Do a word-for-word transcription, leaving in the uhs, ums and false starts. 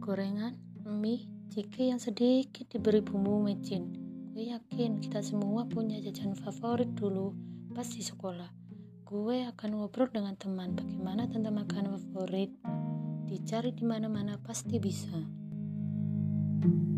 gorengan, mie, jika yang sedikit diberi bumbu micin. Gue yakin kita semua punya jajan favorit dulu pas di sekolah. Gue akan ngobrol dengan teman bagaimana tentang makanan favorit. Dicari di mana-mana pasti bisa.